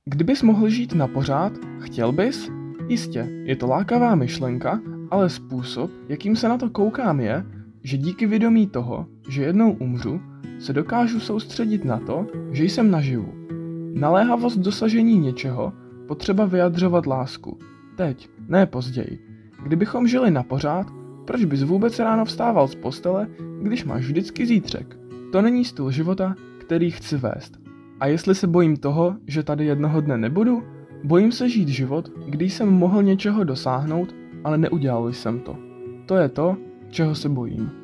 Kdybys mohl žít na pořád, chtěl bys? Jistě, je to lákavá myšlenka, ale způsob, jakým se na to koukám je, že díky vědomí toho, že jednou umřu, se dokážu soustředit na to, že jsem naživu. Naléhavost dosažení něčeho, potřeba vyjadřovat lásku. Teď, ne později. Kdybychom žili na pořád, proč bys vůbec ráno vstával z postele, když máš vždycky zítřek? To není styl života, který chci vést. A jestli se bojím toho, že tady jednoho dne nebudu, bojím se žít život, kdy jsem mohl něčeho dosáhnout, ale neudělal jsem to. To je to, čeho se bojím.